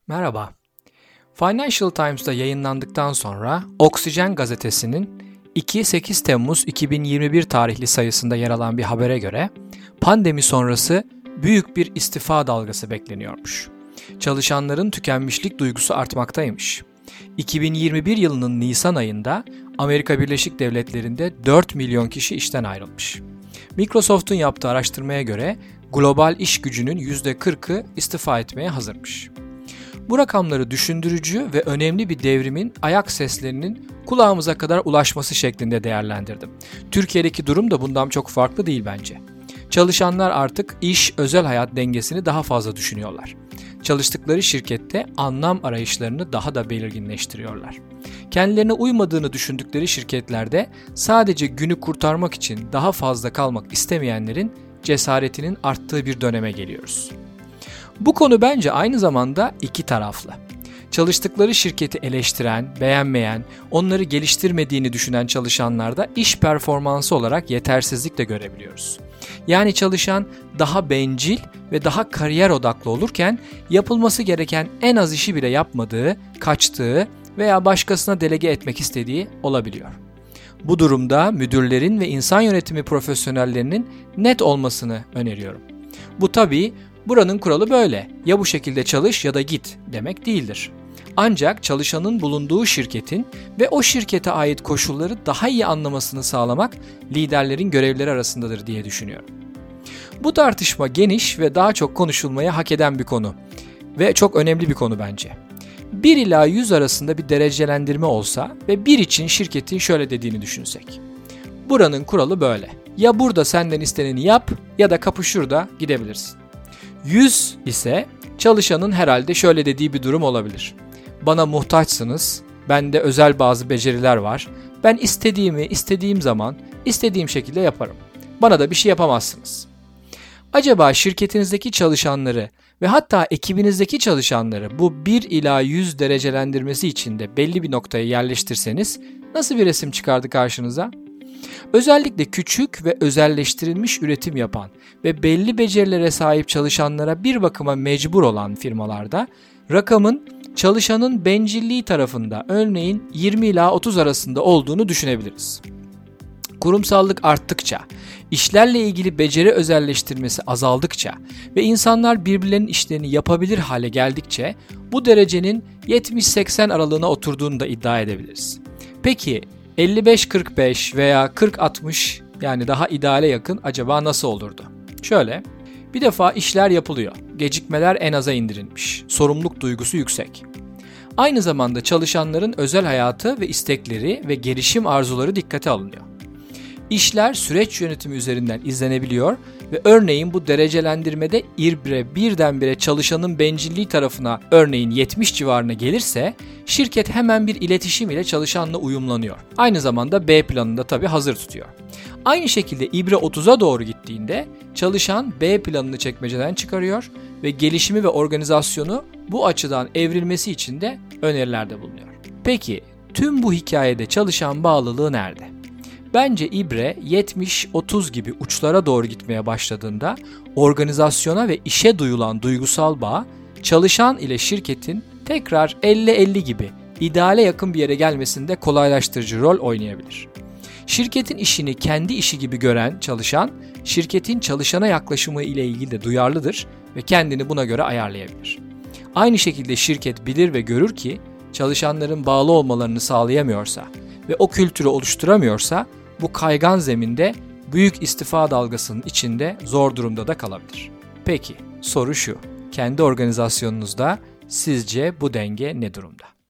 Merhaba. Financial Times'ta yayınlandıktan sonra Oksijen gazetesinin 2-8 Temmuz 2021 tarihli sayısında yer alan bir habere göre pandemi sonrası büyük bir istifa dalgası bekleniyormuş. Çalışanların tükenmişlik duygusu artmaktaymış. 2021 yılının Nisan ayında Amerika Birleşik Devletleri'nde 4 milyon kişi işten ayrılmış. Microsoft'un yaptığı araştırmaya göre global iş gücünün %40'ı istifa etmeye hazırmış. Bu rakamları düşündürücü ve önemli bir devrimin ayak seslerinin kulağımıza kadar ulaşması şeklinde değerlendirdim. Türkiye'deki durum da bundan çok farklı değil bence. Çalışanlar artık iş-özel hayat dengesini daha fazla düşünüyorlar. Çalıştıkları şirkette anlam arayışlarını daha da belirginleştiriyorlar. Kendilerine uymadığını düşündükleri şirketlerde sadece günü kurtarmak için daha fazla kalmak istemeyenlerin cesaretinin arttığı bir döneme geliyoruz. Bu konu bence aynı zamanda iki taraflı. Çalıştıkları şirketi eleştiren, beğenmeyen, onları geliştirmediğini düşünen çalışanlarda iş performansı olarak yetersizlik de görebiliyoruz. Yani çalışan daha bencil ve daha kariyer odaklı olurken yapılması gereken en az işi bile yapmadığı, kaçtığı veya başkasına delege etmek istediği olabiliyor. Bu durumda müdürlerin ve insan yönetimi profesyonellerinin net olmasını öneriyorum. Bu tabii buranın kuralı böyle. Ya bu şekilde çalış ya da git demek değildir. Ancak çalışanın bulunduğu şirketin ve o şirkete ait koşulları daha iyi anlamasını sağlamak liderlerin görevleri arasındadır diye düşünüyorum. Bu tartışma geniş ve daha çok konuşulmaya hak eden bir konu ve çok önemli bir konu bence. 1 ila 100 arasında bir derecelendirme olsa ve 1 için şirketin şöyle dediğini düşünsek. Buranın kuralı böyle. Ya burada senden isteneni yap ya da kapı şurada gidebilirsin. 100 ise çalışanın herhalde şöyle dediği bir durum olabilir. Bana muhtaçsınız, bende özel bazı beceriler var, ben istediğim zaman, istediğim şekilde yaparım. Bana da bir şey yapamazsınız. Acaba şirketinizdeki çalışanları ve hatta ekibinizdeki çalışanları bu 1 ila 100 derecelendirmesi içinde belli bir noktaya yerleştirseniz nasıl bir resim çıkardı karşınıza? Özellikle küçük ve özelleştirilmiş üretim yapan ve belli becerilere sahip çalışanlara bir bakıma mecbur olan firmalarda rakamın çalışanın bencilliği tarafında örneğin 20 ila 30 arasında olduğunu düşünebiliriz. Kurumsallık arttıkça, işlerle ilgili beceri özelleştirmesi azaldıkça ve insanlar birbirlerinin işlerini yapabilir hale geldikçe bu derecenin 70-80 aralığına oturduğunu da iddia edebiliriz. Peki 55-45 veya 40-60 yani daha ideale yakın acaba nasıl olurdu? Şöyle, bir defa işler yapılıyor, gecikmeler en aza indirilmiş, sorumluluk duygusu yüksek. Aynı zamanda çalışanların özel hayatı ve istekleri ve gelişim arzuları dikkate alınıyor. İşler süreç yönetimi üzerinden izlenebiliyor ve örneğin bu derecelendirmede birdenbire çalışanın bencilliği tarafına örneğin 70 civarına gelirse şirket hemen bir iletişim ile çalışanla uyumlanıyor. Aynı zamanda B planını da tabii hazır tutuyor. Aynı şekilde ibre 30'a doğru gittiğinde çalışan B planını çekmeceden çıkarıyor ve gelişimi ve organizasyonu bu açıdan evrilmesi için de önerilerde bulunuyor. Peki tüm bu hikayede çalışan bağlılığı nerede? Bence ibre 70-30 gibi uçlara doğru gitmeye başladığında organizasyona ve işe duyulan duygusal bağ çalışan ile şirketin tekrar 50-50 gibi ideale yakın bir yere gelmesinde kolaylaştırıcı rol oynayabilir. Şirketin işini kendi işi gibi gören çalışan, şirketin çalışana yaklaşımı ile ilgili de duyarlıdır ve kendini buna göre ayarlayabilir. Aynı şekilde şirket bilir ve görür ki çalışanların bağlı olmalarını sağlayamıyorsa ve o kültürü oluşturamıyorsa bu kaygan zeminde büyük istifa dalgasının içinde zor durumda da kalabilir. Peki soru şu, kendi organizasyonunuzda sizce bu denge ne durumda?